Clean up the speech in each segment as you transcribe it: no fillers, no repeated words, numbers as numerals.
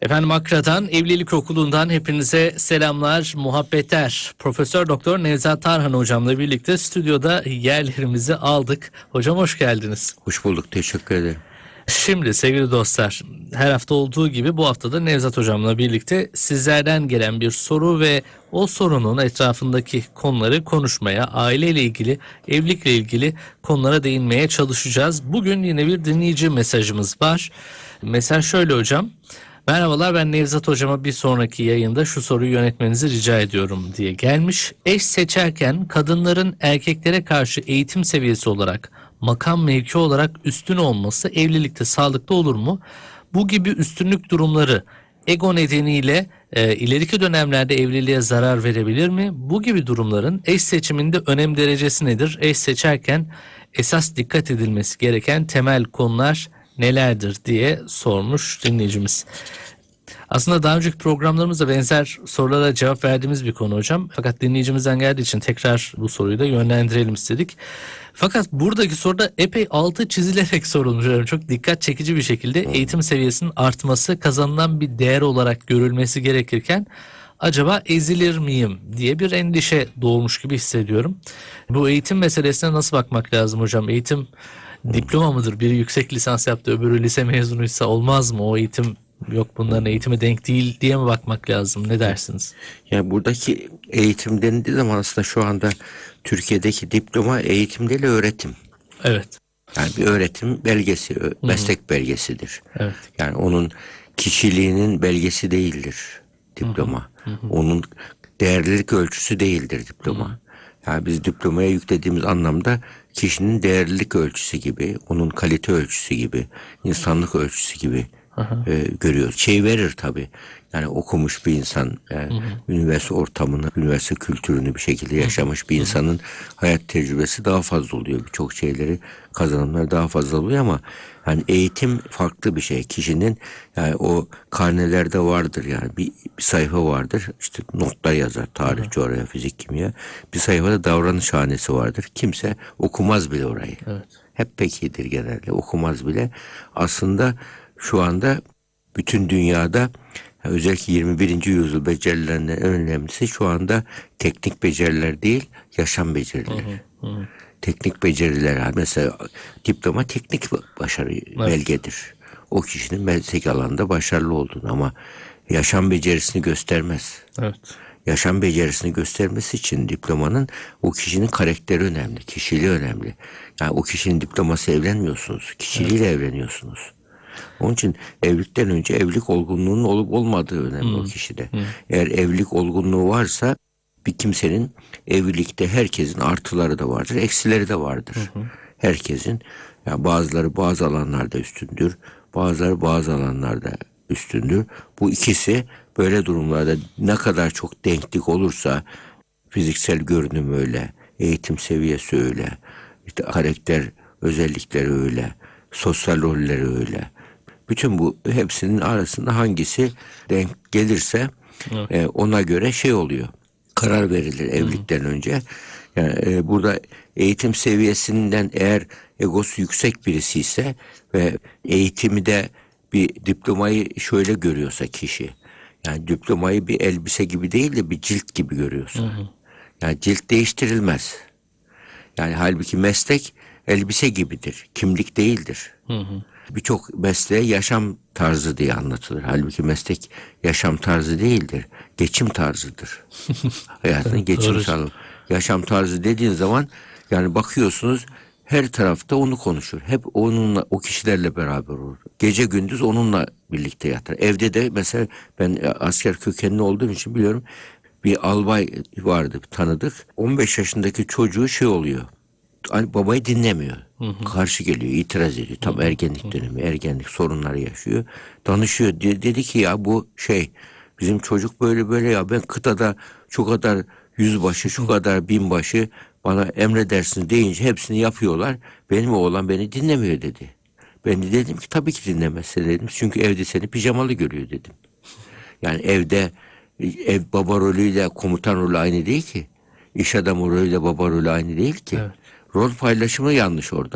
Efendim Akra'dan, Evlilik Okulu'ndan hepinize selamlar, muhabbetler. Profesör Doktor Nevzat Tarhan hocamla birlikte stüdyoda yerlerimizi aldık. Hocam hoş geldiniz. Hoş bulduk, teşekkür ederim. Şimdi sevgili dostlar, her hafta olduğu gibi bu hafta da Nevzat hocamla birlikte sizlerden gelen bir soru ve o sorunun etrafındaki konuları konuşmaya, aileyle ilgili, evlilikle ilgili konulara değinmeye çalışacağız. Bugün yine bir dinleyici mesajımız var. Mesaj şöyle hocam. Merhabalar, ben Nevzat hocama bir sonraki yayında şu soruyu yönetmenizi rica ediyorum diye gelmiş. Eş seçerken kadınların erkeklere karşı eğitim seviyesi olarak, makam mevki olarak üstün olması evlilikte sağlıklı olur mu? Bu gibi üstünlük durumları ego nedeniyle ileriki dönemlerde evliliğe zarar verebilir mi? Bu gibi durumların eş seçiminde önem derecesi nedir? Eş seçerken esas dikkat edilmesi gereken temel konular nelerdir diye sormuş dinleyicimiz. Aslında daha önceki programlarımızda benzer sorulara cevap verdiğimiz bir konu hocam. Fakat dinleyicimizden geldiği için tekrar bu soruyu da yönlendirelim istedik. Fakat buradaki soruda epey altı çizilerek sorulmuş. Yani çok dikkat çekici bir şekilde eğitim seviyesinin artması kazanılan bir değer olarak görülmesi gerekirken acaba ezilir miyim diye bir endişe doğmuş gibi hissediyorum. Bu eğitim meselesine nasıl bakmak lazım hocam? Eğitim diploma mıdır? Biri yüksek lisans yaptı, öbürü lise mezunuysa olmaz mı? O eğitim yok, bunların eğitime denk değil diye mi bakmak lazım? Ne dersiniz? Yani buradaki eğitim denildiği zaman aslında şu anda Türkiye'deki diploma eğitim değil, öğretim. Evet. Yani bir öğretim belgesi, meslek belgesidir. Evet. Yani onun kişiliğinin belgesi değildir diploma. Onun değerlilik ölçüsü değildir diploma. Yani biz diplomaya yüklediğimiz anlamda kişinin değerlilik ölçüsü gibi, onun kalite ölçüsü gibi, insanlık ölçüsü gibi görüyor. Şey verir tabii. Yani okumuş bir insan, üniversite ortamını, üniversite kültürünü bir şekilde yaşamış bir insanın hayat tecrübesi daha fazla oluyor. Birçok şeyleri, kazanımlar daha fazla oluyor ama hani eğitim farklı bir şey. Kişinin, yani o karnelerde vardır, yani bir sayfa vardır. İşte notlar yazar. Tarih, coğrafya, fizik, kimya. Bir sayfada davranış hanesi vardır. Kimse okumaz bile orayı. Evet. Hep pekidir genelde. Okumaz bile. Aslında şu anda bütün dünyada özellikle 21. yüzyıl becerilerinden en önemlisi şu anda teknik beceriler değil, yaşam becerileri. Teknik beceriler, yani mesela diploma teknik başarı belgedir. O kişinin meslek alanında başarılı olduğunu, ama yaşam becerisini göstermez. Evet. Yaşam becerisini göstermesi için diplomanın, o kişinin karakteri önemli, kişiliği önemli. Yani o kişinin diploması evlenmiyorsunuz, kişiliğiyle evleniyorsunuz. Onun için evlilikten önce evlilik olgunluğunun olup olmadığı önemli o kişide. Eğer evlilik olgunluğu varsa, bir kimsenin evlilikte, herkesin artıları da vardır, eksileri de vardır. Herkesin, yani bazıları bazı alanlarda üstündür, bazıları bazı alanlarda üstündür. Bu ikisi böyle durumlarda ne kadar çok denklik olursa, fiziksel görünüm öyle, eğitim seviyesi öyle, işte karakter özellikleri öyle, sosyal rolleri öyle. Bütün bu hepsinin arasında hangisi denk gelirse ona göre şey oluyor. Karar verilir evlilikten önce. Yani burada eğitim seviyesinden, eğer egosu yüksek birisi ise ve eğitimi de bir diplomayı şöyle görüyorsa kişi, yani diplomayı bir elbise gibi değil de bir cilt gibi görüyorsa, yani cilt değiştirilmez. Yani halbuki meslek elbise gibidir, kimlik değildir. Birçok mesleğe yaşam tarzı diye anlatılır. Halbuki meslek yaşam tarzı değildir, geçim tarzıdır. Hayatın geçim tarzı. Yaşam tarzı dediğin zaman, yani bakıyorsunuz her tarafta onu konuşur. Hep onunla, o kişilerle beraber olur. Gece gündüz onunla birlikte yatar. Evde de mesela, ben asker kökenli olduğum için biliyorum. Bir albay vardı, tanıdık. 15 yaşındaki çocuğu şey oluyor. Hani babayı dinlemiyor. Karşı geliyor, itiraz ediyor. Tam ergenlik dönemi, ergenlik sorunları yaşıyor. Danışıyor. Dedi ki ya bu bizim çocuk böyle böyle, ya ben kıtada şu kadar yüzbaşı, şu kadar binbaşı bana emredersiniz deyince hepsini yapıyorlar. Benim oğlan beni dinlemiyor dedi. Ben de dedim ki tabii ki dinlemezse dedim. Çünkü evde seni pijamalı görüyor dedim. Yani evde ev baba rolüyle komutan rolü aynı değil ki. İş adamı rolüyle baba rolü aynı değil ki. Evet. Rol paylaşımı yanlış orada.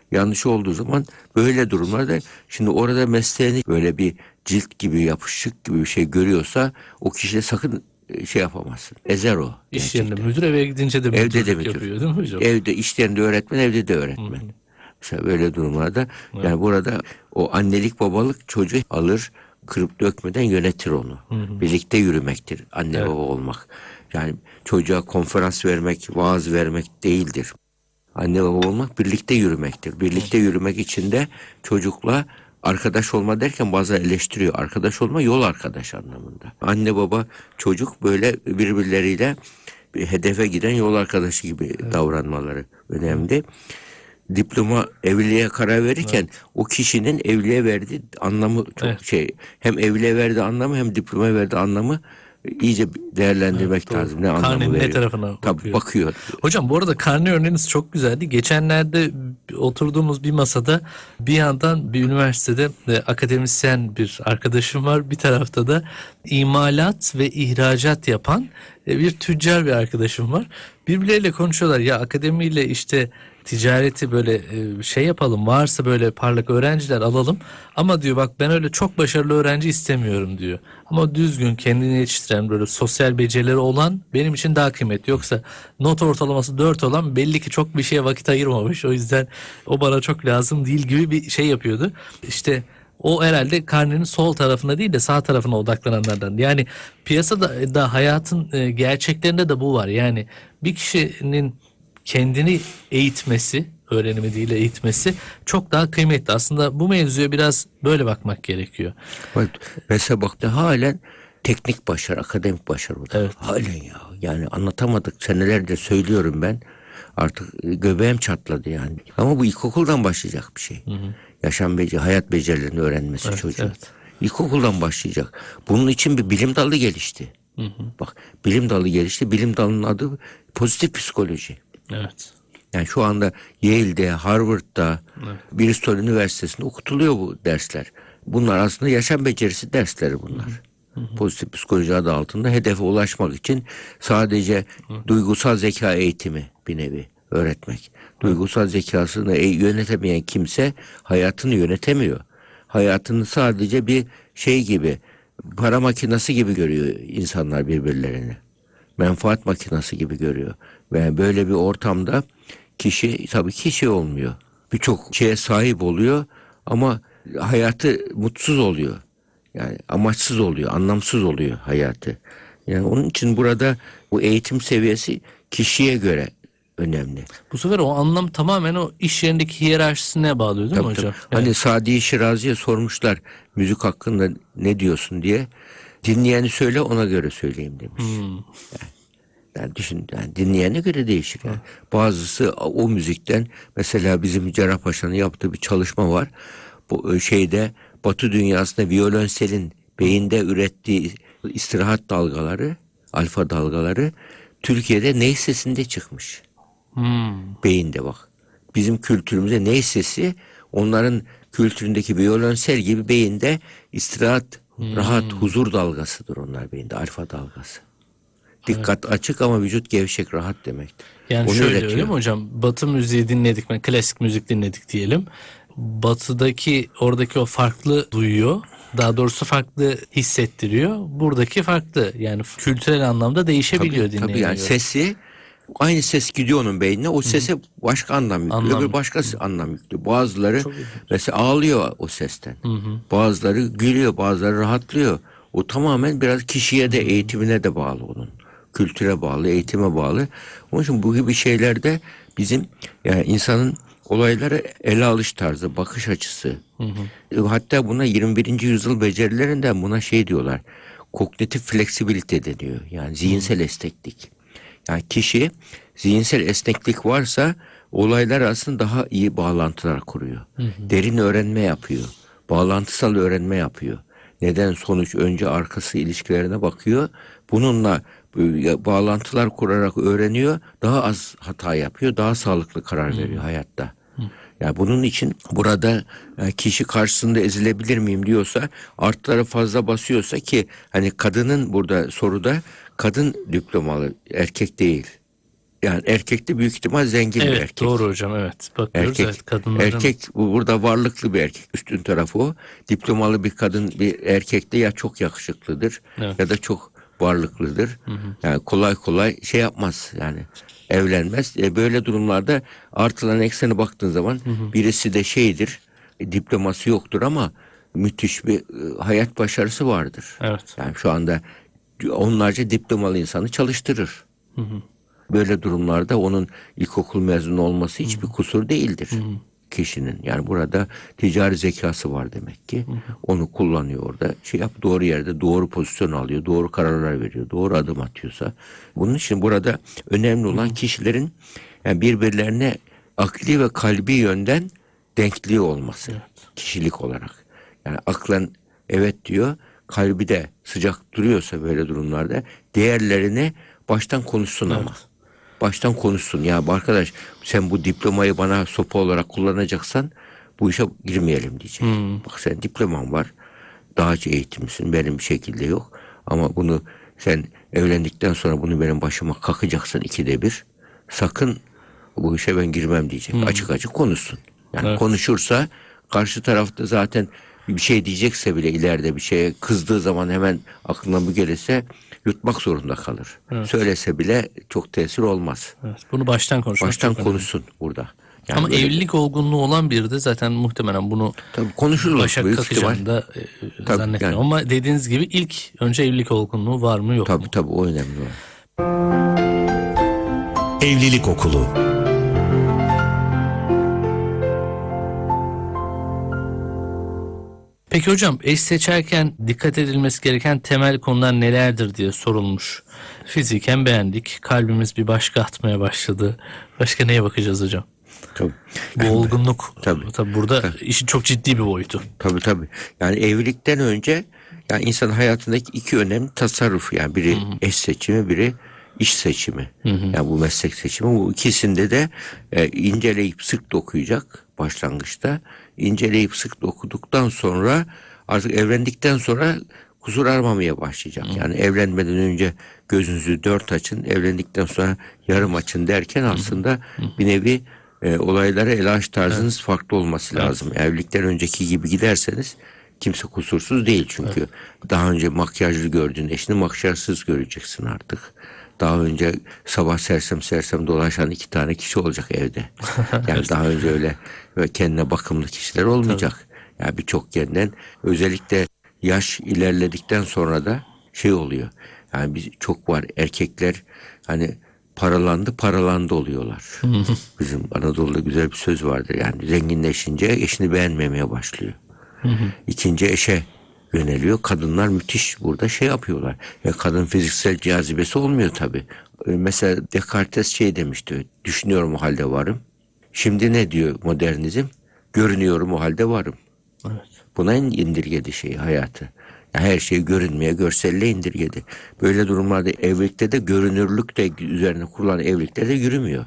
yanlış olduğu zaman böyle durumlarda şimdi orada mesleğini böyle bir cilt gibi yapışık gibi bir şey görüyorsa o kişi de sakın şey yapamazsın. Ezer o İş gerçekten. yerinde müdür, eve gidince de Evde de müdürlük müdür. yapıyor değil mi hocam? Evde iş yerinde öğretmen, evde de öğretmen. Mesela böyle durumlarda yani burada o annelik babalık çocuğu alır, kırıp dökmeden yönetir onu. Birlikte yürümektir anne baba olmak. Yani çocuğa konferans vermek, vaaz vermek değildir. Anne baba olmak birlikte yürümektir. Birlikte yürümek için de çocukla arkadaş olma derken bazen eleştiriyor. Arkadaş olma yol arkadaş anlamında. Anne baba çocuk böyle birbirleriyle bir hedefe giden yol arkadaşı gibi davranmaları önemli. Diploma evliliğe karar verirken o kişinin evliliğe verdiği anlamı çok hem evliliğe verdiği anlamı hem diploma verdiği anlamı iyice değerlendirmek lazım. Ne anlamı Karnenin ne veriyor? tarafına Tabii bakıyor. Hocam bu arada karne örneğiniz çok güzeldi. Geçenlerde oturduğumuz bir masada bir yandan bir üniversitede akademisyen bir arkadaşım var. Bir tarafta da imalat ve ihracat yapan bir tüccar bir arkadaşım var. Birbirleriyle konuşuyorlar. Ya akademiyle işte ticareti böyle şey yapalım, varsa böyle parlak öğrenciler alalım. Ama diyor bak ben öyle çok başarılı öğrenci istemiyorum diyor. Ama düzgün kendini yetiştiren böyle sosyal becerileri olan benim için daha kıymetli. Yoksa not ortalaması 4 olan belli ki çok bir şeye vakit ayırmamış. O yüzden o bana çok lazım değil gibi bir şey yapıyordu. İşte o herhalde karnenin sol tarafına değil de sağ tarafına odaklananlardan. Yani piyasada da hayatın gerçeklerinde de bu var. Yani bir kişinin kendini eğitmesi, öğrenimi değil eğitmesi çok daha kıymetli. Aslında bu mevzuya biraz böyle bakmak gerekiyor. Mesela bak da halen teknik başarı, akademik başarı. Evet. Halen ya. Yani anlatamadık. Senelerdir söylüyorum ben. Artık göbeğim çatladı yani. Ama bu ilkokuldan başlayacak bir şey. Yaşam hayat becerilerini öğrenmesi çocuğun. Evet. İlkokuldan başlayacak. Bunun için bir bilim dalı gelişti. Bak bilim dalı gelişti. Bilim dalının adı pozitif psikoloji. Evet. Yani şu anda Yale'de, Harvard'da, Bristol Üniversitesi'nde okutuluyor bu dersler. Bunlar aslında yaşam becerisi dersleri bunlar. Pozitif psikoloji adı altında hedefe ulaşmak için sadece duygusal zeka eğitimi bir nevi öğretmek. Duygusal zekasını yönetemeyen kimse hayatını yönetemiyor. Hayatını sadece bir şey gibi, para makinesi gibi görüyor insanlar birbirlerini. Menfaat makinesi gibi görüyor. Ve böyle bir ortamda kişi tabii ki şey olmuyor. Birçok şeye sahip oluyor ama hayatı mutsuz oluyor. Yani amaçsız oluyor, anlamsız oluyor hayatı. Yani onun için burada bu eğitim seviyesi kişiye göre önemli. Bu sefer o anlam tamamen o iş yerindeki hiyerarşisine bağlıyor değil mi hocam? Hani Sadi Şirazi'ye sormuşlar müzik hakkında ne diyorsun diye. Dinleyeni söyle ona göre söyleyeyim demiş. Yani düşün, yani dinleyene göre değişir. Yani. Bazısı o müzikten mesela bizim Cerrahpaşa'nın yaptığı bir çalışma var. Bu şeyde Batı dünyasında violonselin beyinde ürettiği istirahat dalgaları, alfa dalgaları Türkiye'de ney sesinde çıkmış. Beyinde bak. Bizim kültürümüzde ney sesi onların kültüründeki violonsel gibi beyinde istirahat, rahat, huzur dalgasıdır onlar beyinde, alfa dalgası. Dikkat açık ama vücut gevşek, rahat demektir. Yani onu şöyle üretiyor. öyle mi hocam? Batı müziği dinledik, klasik müzik dinledik diyelim. Batıdaki oradaki o farklı duyuyor. Daha doğrusu farklı hissettiriyor. Buradaki farklı. Yani kültürel anlamda değişebiliyor dinleyene Tabii yani göre. sesi aynı ses gidiyor onun beynine. O sese başka anlam yüklüyor. Öbür başka anlam yüklüyor. Bazıları mesela ağlıyor o sesten. Bazıları gülüyor, bazıları rahatlıyor. O tamamen biraz kişiye de eğitimine de bağlı onun. Kültüre bağlı, eğitime bağlı. Onun için bu gibi şeylerde bizim yani insanın olaylara ele alış tarzı, bakış açısı. Hatta buna 21. yüzyıl becerilerinden buna şey diyorlar. Kognitif fleksibilite deniyor. Yani zihinsel esneklik. Yani kişi zihinsel esneklik varsa olaylar aslında daha iyi bağlantılar kuruyor. Derin öğrenme yapıyor. Bağlantısal öğrenme yapıyor. Neden sonuç önce arkası ilişkilerine bakıyor. Bununla bağlantılar kurarak öğreniyor. Daha az hata yapıyor. Daha sağlıklı karar veriyor hayatta. Yani bunun için burada kişi karşısında ezilebilir miyim diyorsa artlara fazla basıyorsa ki hani kadının burada soruda kadın diplomalı erkek değil. Yani erkekte büyük ihtimal zengin bir Evet, erkek. doğru hocam, evet. Bakıyoruz, Erkek, evet, kadınların. erkek burada varlıklı bir erkek. Üstün tarafı o. Diplomalı bir kadın bir erkekte ya çok yakışıklıdır Evet. ya da çok varlıklıdır. Yani kolay kolay şey yapmaz yani evlenmez. Böyle durumlarda artıların eksene baktığın zaman birisi de şeydir, diploması yoktur ama müthiş bir hayat başarısı vardır. Evet. Yani şu anda onlarca diplomalı insanı çalıştırır. Böyle durumlarda onun ilkokul mezunu olması hiçbir kusur değildir kişinin. Yani burada ticari zekası var demek ki. Onu kullanıyor orada. Doğru yerde doğru pozisyon alıyor. Doğru kararlar veriyor. Doğru adım atıyorsa. Bunun için burada önemli olan kişilerin yani birbirlerine akli ve kalbi yönden denkliği olması. Kişilik olarak. Yani aklen evet diyor. Kalbi de sıcak duruyorsa böyle durumlarda değerlerini baştan konuşsun ama. Baştan konuşsun. Ya arkadaş sen bu diplomayı bana sopa olarak kullanacaksan bu işe girmeyelim diyecek. Bak sen diploman var. Dağcı eğitimlisin. Benim bir şekilde yok. Ama bunu sen evlendikten sonra bunu benim başıma kakacaksan ikide bir. Sakın bu işe ben girmem diyecek. Açık açık konuşsun. Yani Evet. konuşursa karşı tarafta zaten bir şey diyecekse bile ileride bir şeye kızdığı zaman hemen aklına bu gelirse yutmak zorunda kalır. Söylese bile çok tesir olmaz. Evet. Bunu baştan konuşmak Baştan çok önemli. konuşsun burada. Yani Ama böyle evlilik olgunluğu olan biri de zaten muhtemelen bunu tabii konuşulur başa büyük ihtimal. kakacağını da Tabii, zannetmiyorum. yani. Ama dediğiniz gibi ilk önce evlilik olgunluğu var mı yok mu? Tabii o önemli. Evlilik Okulu. Peki hocam, eş seçerken dikkat edilmesi gereken temel konular nelerdir diye sorulmuş. Fiziken beğendik, kalbimiz bir başka atmaya başladı. Başka neye bakacağız hocam? Tabii. Bu olgunluk Tabii. burada işin çok ciddi bir boyutu. Tabii. Yani evlilikten önce yani insan hayatındaki iki önemli tasarruf. Yani biri eş seçimi, biri iş seçimi. Yani bu meslek seçimi. Bu ikisinde de inceleyip sık dokuyacak başlangıçta. İnceleyip sık dokuduktan sonra artık evlendikten sonra kusur aramamaya başlayacak. Yani evlenmeden önce gözünüzü dört açın, evlendikten sonra yarım açın derken aslında bir nevi olaylara ele aç tarzınız farklı olması lazım. Evlilikten önceki gibi giderseniz kimse kusursuz değil çünkü. Daha önce makyajlı gördüğün eşini makyajsız göreceksin artık. Daha önce sabah sersem dolaşan 2 tane kişi olacak evde. Yani daha önce öyle kendine bakımlı kişiler olmayacak. Yani birçok yerden özellikle yaş ilerledikten sonra da şey oluyor. Yani çok var erkekler hani paralandı oluyorlar. Bizim Anadolu'da güzel bir söz vardır. Yani zenginleşince eşini beğenmemeye başlıyor. İkinci eşe yöneliyor. Kadınlar müthiş burada şey yapıyorlar. Kadın fiziksel cazibesi olmuyor tabii. Mesela Descartes şey demişti. Düşünüyorum o halde varım. Şimdi ne diyor modernizm? Görünüyorum o halde varım. Evet. Buna indirgedi hayatı. Yani her şey görünmeye, görselliğe indirgedi. Böyle durumlarda evlilikte de görünürlük de üzerine kurulan evlilikte de yürümüyor.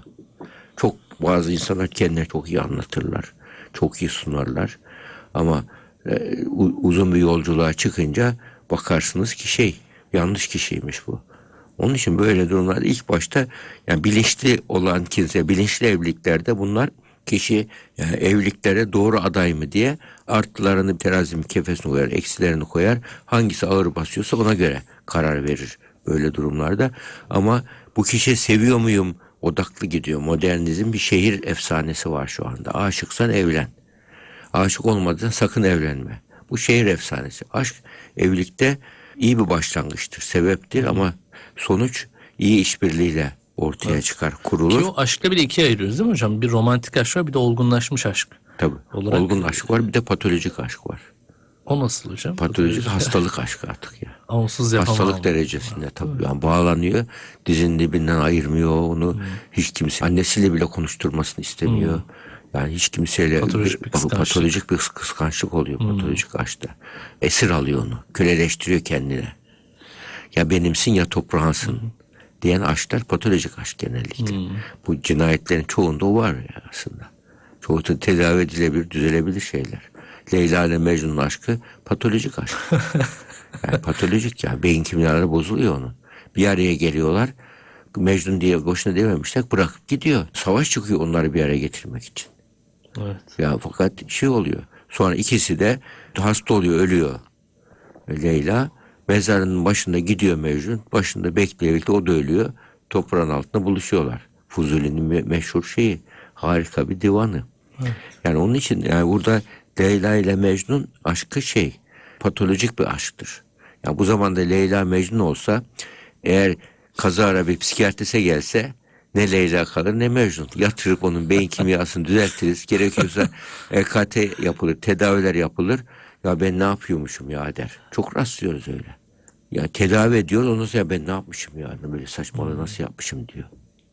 Bazı insanlar kendine çok iyi anlatırlar. Çok iyi sunarlar. Ama uzun bir yolculuğa çıkınca bakarsınız ki yanlış kişiymiş bu. Onun için böyle durumlarda ilk başta yani bilinçli olan kimse, bilinçli evliliklerde bunlar kişi yani evliliklere doğru aday mı diye artılarını terazinin kefesine koyar, eksilerini koyar. Hangisi ağır basıyorsa ona göre karar verir böyle durumlarda. Ama bu kişi seviyor muyum odaklı gidiyor. Modernizm bir şehir efsanesi var şu anda. Aşıksan evlen. Aşık olmadan sakın evlenme. Bu şehir efsanesi. Aşk evlilikte iyi bir başlangıçtır, sebeptir ama sonuç iyi işbirliğiyle ortaya çıkar, kurulur. Ki o aşkla bile ikiye ayırıyoruz değil mi hocam? Bir romantik aşk var, bir de olgunlaşmış aşk. Tabii. Olgun aşk var, bir de patolojik aşk var. O nasıl hocam? Patolojik hastalık aşkı artık ya. Onsuz yapamam. Hastalık derecesinde tabii. Yani bağlanıyor, dizinin dibinden ayırmıyor onu. Hiç kimse annesiyle bile konuşturmasını istemiyor. Yani hiç kimseyle patolojik bir kıskançlık oluyor patolojik aşkta. Esir alıyor onu, köleleştiriyor kendine. Ya benimsin ya toprağınsın diyen aşklar patolojik aşk genellikle. Bu cinayetlerin çoğunda o var ya aslında. Çoğu da tedavi edilebilir, düzelebilir şeyler. Leyla ile Mecnun'un aşkı patolojik aşk. Yani patolojik ya. Beyin kimyaları bozuluyor onun. Bir araya geliyorlar. Mecnun diye boşuna dememişler, bırakıp gidiyor. Savaş çıkıyor onları bir araya getirmek için. Evet. Ya fakat şey oluyor. Sonra ikisi de hasta oluyor, ölüyor. Leyla mezarının başında gidiyor Mecnun. Başında bekliyor, o da ölüyor. Toprağın altında buluşuyorlar. Fuzuli'nin meşhur şeyi. Harika bir divanı. Evet. Yani onun için yani burada Leyla ile Mecnun aşkı patolojik bir aşktır. Yani bu zamanda Leyla Mecnun olsa, eğer kazara bir psikiyatriste gelse, ne Leyla kalır ne Mecnun. Yatırıp onun beyin kimyasını düzeltiriz. Gerekiyorsa EKT yapılır, tedaviler yapılır. Ya ben ne yapıyormuşum ya der. Çok rastlıyoruz öyle. Ya tedavi ediyor, ondan sonra ben ne yapmışım ya, böyle saçmalığı nasıl yapmışım diyor.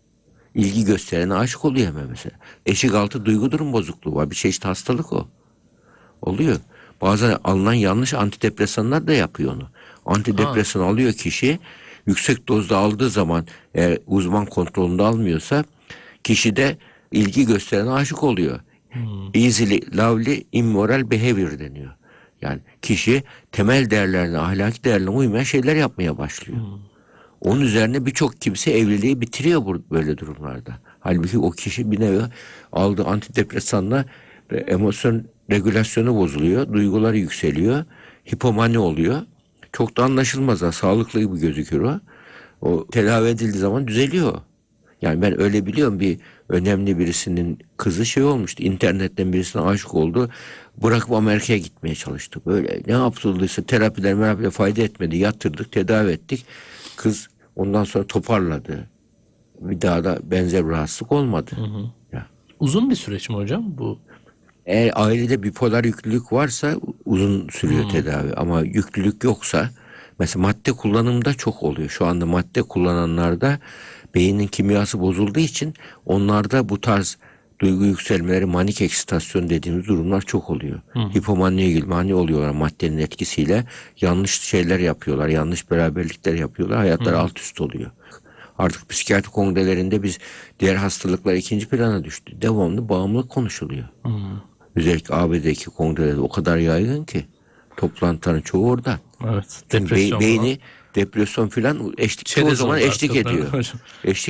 İlgi gösterene aşık oluyor hemen mesela. Eşik altı duygu durum bozukluğu var. Bir çeşit hastalık o. Oluyor. Bazen alınan yanlış antidepresanlar da yapıyor onu. Antidepresan alıyor kişi. Yüksek dozda aldığı zaman, eğer uzman kontrolünde almıyorsa, kişi de ilgi gösterene aşık oluyor. Easily lovely immoral behavior deniyor. Yani kişi temel değerlerine, ahlaki değerlerine uymayan şeyler yapmaya başlıyor. Onun üzerine birçok kimse evliliği bitiriyor böyle durumlarda. Halbuki o kişi bir nevi aldığı antidepresanla emosyon regülasyonu bozuluyor, duyguları yükseliyor, hipomani oluyor. Çok da anlaşılmaz, sağlıklı gibi gözükür o. O tedavi edildiği zaman düzeliyor. Yani ben öyle biliyorum, bir önemli birisinin kızı şey olmuştu. İnternetten birisine aşık oldu. Bırakıp Amerika'ya gitmeye çalıştı. Böyle ne yapıldıysa terapiler fayda etmedi. Yatırdık, tedavi ettik. Kız ondan sonra toparladı. Bir daha da benzer bir rahatsızlık olmadı. Ya. Uzun bir süreç mi hocam bu? Eğer ailede bipolar yüklülük varsa uzun sürüyor tedavi. Ama yüklülük yoksa, mesela madde kullanımında çok oluyor. Şu anda madde kullananlarda beynin kimyası bozulduğu için onlarda bu tarz duygu yükselmeleri, manik eksitasyon dediğimiz durumlar çok oluyor. Hipomaniye gibi mani oluyorlar maddenin etkisiyle. Yanlış şeyler yapıyorlar, yanlış beraberlikler yapıyorlar. Hayatları alt üst oluyor. Artık psikiyatri kongrelerinde biz diğer hastalıklar ikinci plana düştü. Devamlı bağımlılık konuşuluyor. Özellikle ABD'deki kongrelerde o kadar yaygın ki toplantıların çoğu orada. Evet. Çünkü Depresyon beyni depresyon filan çoğu Çerez zaman oldu eşlik artık, ediyor. hocam.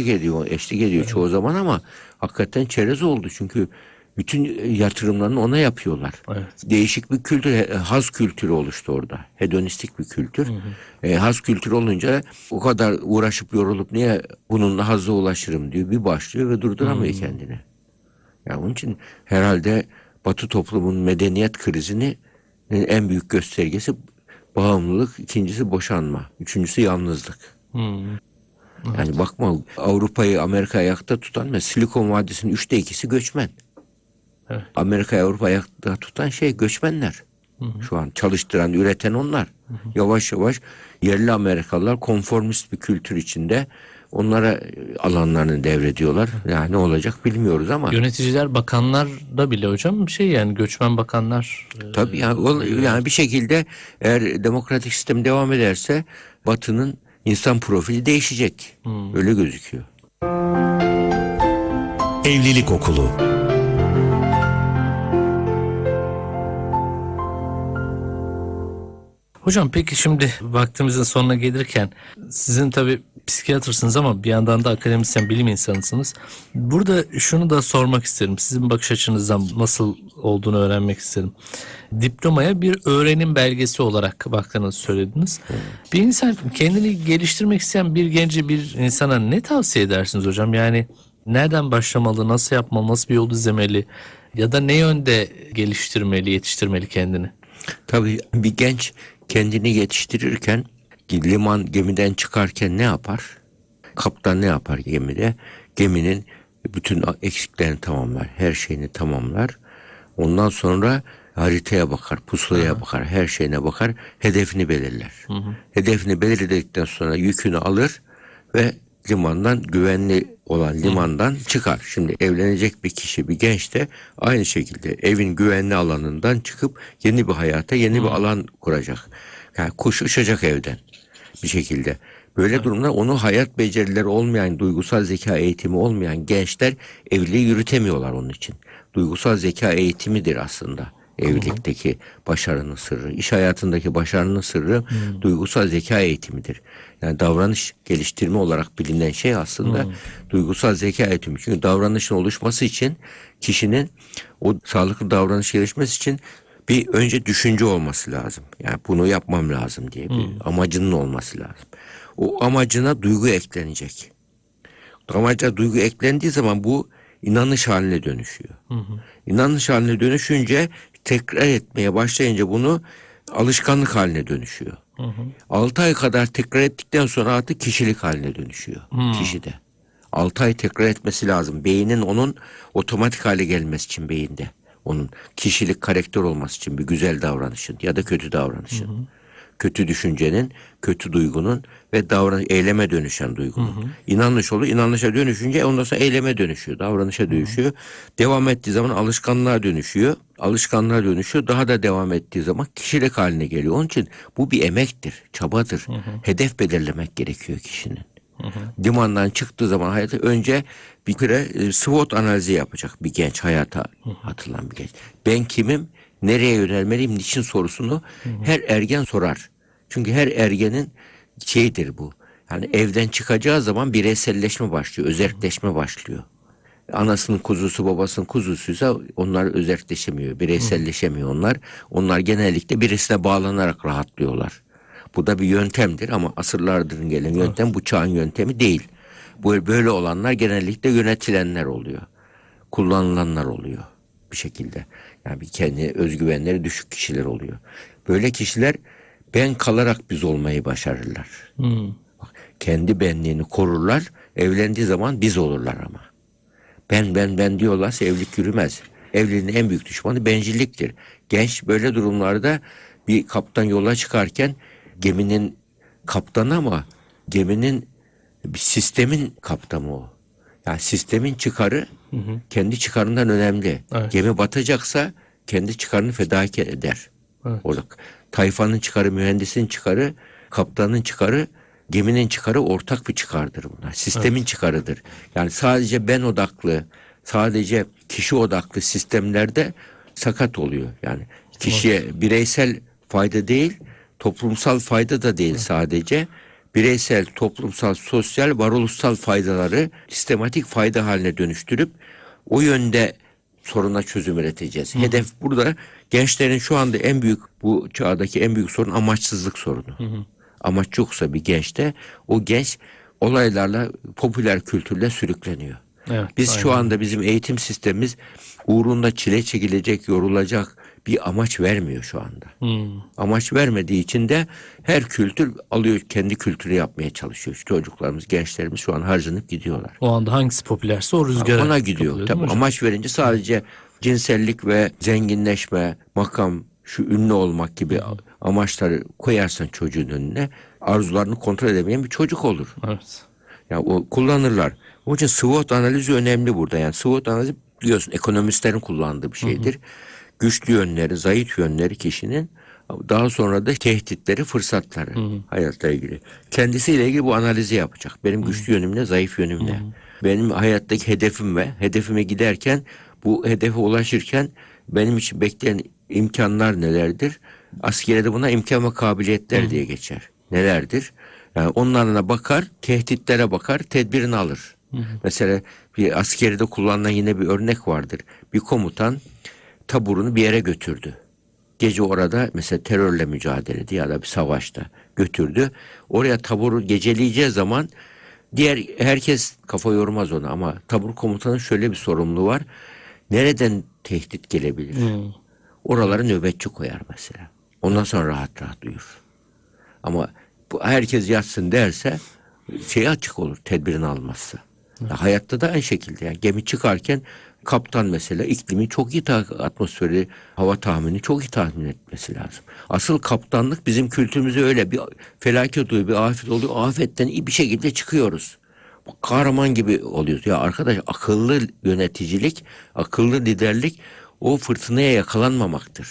Eşlik ediyor çoğu zaman, ama hakikaten çerez oldu. Çünkü bütün yatırımlarını ona yapıyorlar. Evet. Değişik bir kültür, haz kültürü oluştu orada. Hedonistik bir kültür. Haz kültürü olunca o kadar uğraşıp yorulup niye bununla hazza ulaşırım diyor. Bir başlıyor ve durduramıyor kendini. Yani onun için herhalde Batı toplumunun medeniyet krizini en büyük göstergesi bağımlılık, ikincisi boşanma, üçüncüsü yalnızlık. Yani bakma, Avrupa'yı, Amerika'yı ayakta tutan, mesela Silikon Vadisi'nin 2/3'ü göçmen. Evet. Amerika'yı, Avrupa'yı ayakta tutan göçmenler. Şu an çalıştıran, üreten onlar. Yavaş yavaş yerli Amerikalılar konformist bir kültür içinde onlara alanlarını devrediyorlar. Yani ne olacak bilmiyoruz ama. Yöneticiler, bakanlar da bile hocam yani göçmen bakanlar. Tabii yani bir şekilde eğer demokratik sistem devam ederse Batı'nın insan profili değişecek. Öyle gözüküyor. Evlilik Okulu. Hocam peki şimdi vaktimizin sonuna gelirken, sizin tabii psikiyatrsınız ama bir yandan da akademisyen, bilim insanısınız. Burada şunu da sormak isterim. Sizin bakış açınızdan nasıl olduğunu öğrenmek isterim. Diplomaya bir öğrenim belgesi olarak baktığınızı söylediniz. Bir insan kendini geliştirmek isteyen bir gence, bir insana ne tavsiye edersiniz hocam? Yani nereden başlamalı, nasıl yapmalı, nasıl bir yol izlemeli ya da ne yönde geliştirmeli, yetiştirmeli kendini? Tabii bir genç kendini yetiştirirken gemiden çıkarken ne yapar? Kaptan ne yapar gemide? Geminin bütün eksiklerini tamamlar, her şeyini tamamlar. Ondan sonra haritaya bakar, pusulaya bakar, her şeyine bakar, hedefini belirler. Hedefini belirledikten sonra yükünü alır ve limandan, güvenli olan limandan çıkar. Şimdi evlenecek bir kişi, bir genç de aynı şekilde evin güvenli alanından çıkıp yeni bir hayata, yeni bir alan kuracak. Yani kuş uçacak evden bir şekilde. Böyle durumda onu hayat becerileri olmayan, duygusal zeka eğitimi olmayan gençler evliliği yürütemiyorlar onun için. Duygusal zeka eğitimidir aslında Evlilikteki başarının sırrı, iş hayatındaki başarının sırrı duygusal zeka eğitimidir. Yani davranış geliştirme olarak bilinen şey aslında duygusal zeka eğitimi. Çünkü davranışın oluşması için kişinin o sağlıklı davranış gelişmesi için bir önce düşünce olması lazım. Yani bunu yapmam lazım diye bir amacının olması lazım. O amacına duygu eklenecek. Amaca duygu eklendiği zaman bu inanış haline dönüşüyor. İnanış haline dönüşünce tekrar etmeye başlayınca bunu alışkanlık haline dönüşüyor. 6 ay kadar tekrar ettikten sonra artık kişilik haline dönüşüyor kişide. 6 ay tekrar etmesi lazım. Beynin onun otomatik hale gelmesi için beyinde. Onun kişilik, karakter olması için bir güzel davranışın ya da kötü davranışın. Kötü düşüncenin, kötü duygunun ve eyleme dönüşen duygunun. İnanış oluyor. İnanışa dönüşünce ondan sonra eyleme dönüşüyor. Davranışa dönüşüyor. Devam ettiği zaman alışkanlığa dönüşüyor. Alışkanlığa dönüşüyor. Daha da devam ettiği zaman kişilik haline geliyor. Onun için bu bir emektir, çabadır. Hedef belirlemek gerekiyor kişinin. Limandan çıktığı zaman hayata önce bir kere SWOT analizi yapacak bir genç, hayata atılan bir genç. Ben kimim? Nereye yönelmeliyim? Niçin sorusunu her ergen sorar. Çünkü her ergenin şeyidir bu. Yani evden çıkacağı zaman bireyselleşme başlıyor, özelleşme başlıyor. Anasının kuzusu, babasının kuzusuysa onlar özelleşemiyor, bireyselleşemiyor onlar. Onlar genellikle birisine bağlanarak rahatlıyorlar. Bu da bir yöntemdir ama asırlardır gelen yöntem bu çağın yöntemi değil. Böyle olanlar genellikle yönetilenler oluyor. Kullanılanlar oluyor bir şekilde. Yani bir kendi özgüvenleri düşük kişiler oluyor. Böyle kişiler ben kalarak biz olmayı başarırlar. Bak, kendi benliğini korurlar. Evlendiği zaman biz olurlar ama. Ben diyorlarsa evlilik yürümez. Evliliğin en büyük düşmanı bencilliktir. Genç böyle durumlarda bir kaptan yola çıkarken geminin kaptanı ama geminin bir sistemin kaptanı o. Yani sistemin çıkarı kendi çıkarından önemli. Evet. Gemi batacaksa kendi çıkarını fedakar eder. Evet. Orada tayfanın çıkarı, mühendisin çıkarı, kaptanın çıkarı, geminin çıkarı ortak bir çıkardır bunlar. Sistemin çıkarıdır. Yani sadece ben odaklı, sadece kişi odaklı sistemlerde sakat oluyor. Yani kişiye bireysel fayda değil, toplumsal fayda da değil sadece. Bireysel, toplumsal, sosyal, varoluşsal faydaları sistematik fayda haline dönüştürüp o yönde soruna çözüm üreteceğiz. Hedef burada gençlerin şu anda en büyük, bu çağdaki en büyük sorun amaçsızlık sorunu. Amaç yoksa bir gençte o genç olaylarla, popüler kültürle sürükleniyor. Evet, Biz şu aynen. anda bizim eğitim sistemimiz uğrunda çile çekilecek, yorulacak bir amaç vermiyor şu anda. Amaç vermediği için de her kültür alıyor, kendi kültürü yapmaya çalışıyor. Çocuklarımız, gençlerimiz şu an harcanıp gidiyorlar. O anda hangisi popülerse o rüzgara Ona gidiyor. kapılıyor, değil Tabii mi hocam? amaç verince sadece cinsellik ve zenginleşme, makam, şu ünlü olmak gibi amaçları koyarsan çocuğun önüne arzularını kontrol edemeyen bir çocuk olur. Evet. Ya o kullanırlar. Onun için SWOT analizi önemli burada. Yani SWOT analizi biliyorsun ekonomistlerin kullandığı bir şeydir. Güçlü yönleri, zayıf yönleri kişinin, daha sonra da tehditleri, fırsatları hayatla ilgili. Kendisiyle ilgili bu analizi yapacak. Benim güçlü yönüm ne, zayıf yönüm ne? Benim hayattaki hedefim ve hedefime giderken, bu hedefe ulaşırken benim için bekleyen imkanlar nelerdir? Askeriyede buna imkan ve kabiliyetler diye geçer. Nelerdir? Yani onlarına bakar, tehditlere bakar, tedbirini alır. Mesela bir askeride kullanılan yine bir örnek vardır. Bir komutan taburunu bir yere götürdü. Gece orada mesela terörle mücadelede ya da bir savaşta götürdü. Oraya taburu geceleyeceği zaman diğer herkes kafa yormaz ona ama tabur komutanın şöyle bir sorumluluğu var. Nereden tehdit gelebilir? Oraları nöbetçi koyar mesela. Ondan sonra rahat rahat uyur. Ama bu herkes yatsın derse açık olur tedbirini almazsa. Ya hayatta da aynı şekilde. Yani gemi çıkarken kaptan mesela iklimi çok iyi atmosferi, hava tahmini çok iyi tahmin etmesi lazım. Asıl kaptanlık bizim kültürümüzde öyle bir felaket oluyor, bir afet oluyor. Afetten iyi bir şekilde çıkıyoruz. Kahraman gibi oluyoruz. Ya arkadaş, akıllı yöneticilik, akıllı liderlik o fırtınaya yakalanmamaktır.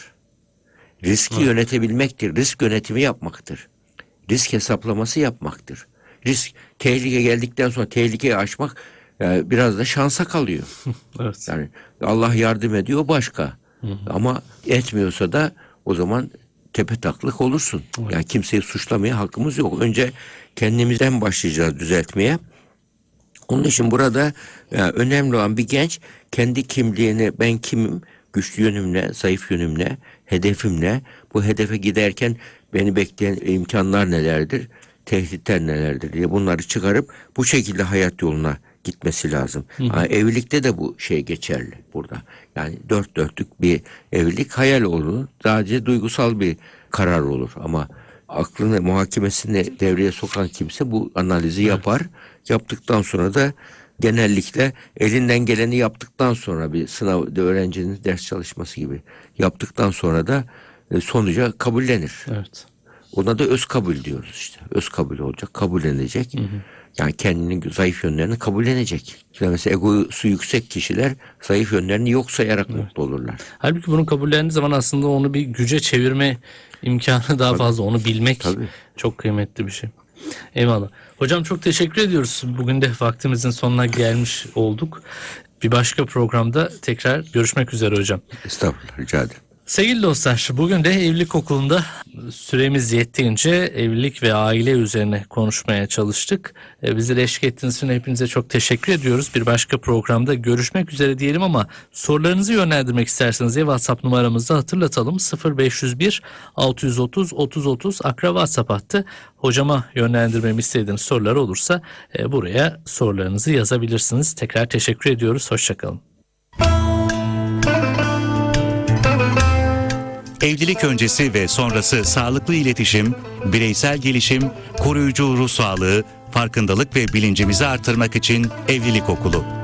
Riski yönetebilmektir. Risk yönetimi yapmaktır. Risk hesaplaması yapmaktır. Tehlike geldikten sonra tehlikeyi aşmak biraz da şansa kalıyor. Evet. Yani Allah yardım ediyor başka. Ama etmiyorsa da o zaman tepetaklık olursun. Yani kimseyi suçlamaya hakkımız yok. Önce kendimizden başlayacağız düzeltmeye. Onun için burada önemli olan bir genç kendi kimliğini, ben kimim, güçlü yönümle, zayıf yönümle, hedefimle, bu hedefe giderken beni bekleyen imkanlar nelerdir, tehditler nelerdir diye bunları çıkarıp bu şekilde hayat yoluna gitmesi lazım. Evlilikte de bu şey geçerli burada. Yani dört dörtlük bir evlilik hayal olur. Sadece duygusal bir karar olur ama aklını, muhakemesini devreye sokan kimse bu analizi yapar. Yaptıktan sonra da genellikle elinden geleni yaptıktan sonra bir sınavda öğrencinin ders çalışması gibi yaptıktan sonra da sonuca kabullenir. Evet. Ona da öz kabul diyoruz işte. Öz kabul olacak, kabullenecek. Yani kendinin zayıf yönlerini kabullenecek. İşte mesela egosu yüksek kişiler zayıf yönlerini yok sayarak mutlu olurlar. Halbuki bunu kabullendiği zaman aslında onu bir güce çevirme imkanı daha fazla. Onu bilmek çok kıymetli bir şey. Eyvallah. Hocam çok teşekkür ediyoruz. Bugün de vaktimizin sonuna gelmiş olduk. Bir başka programda tekrar görüşmek üzere hocam. Estağfurullah, rica ederim. Sevgili dostlar, bugün de evlilik okulunda süremiz yettiğince evlilik ve aile üzerine konuşmaya çalıştık. Bizlere eşlik ettiğiniz için hepinize çok teşekkür ediyoruz. Bir başka programda görüşmek üzere diyelim ama sorularınızı yönlendirmek isterseniz WhatsApp numaramızı hatırlatalım. 0501 630 30 30 Akra WhatsApp hattı. Hocama yönlendirmemi istediğiniz sorular olursa buraya sorularınızı yazabilirsiniz. Tekrar teşekkür ediyoruz. Hoşçakalın. Evlilik öncesi ve sonrası sağlıklı iletişim, bireysel gelişim, koruyucu ruh sağlığı, farkındalık ve bilincimizi artırmak için Evlilik Okulu.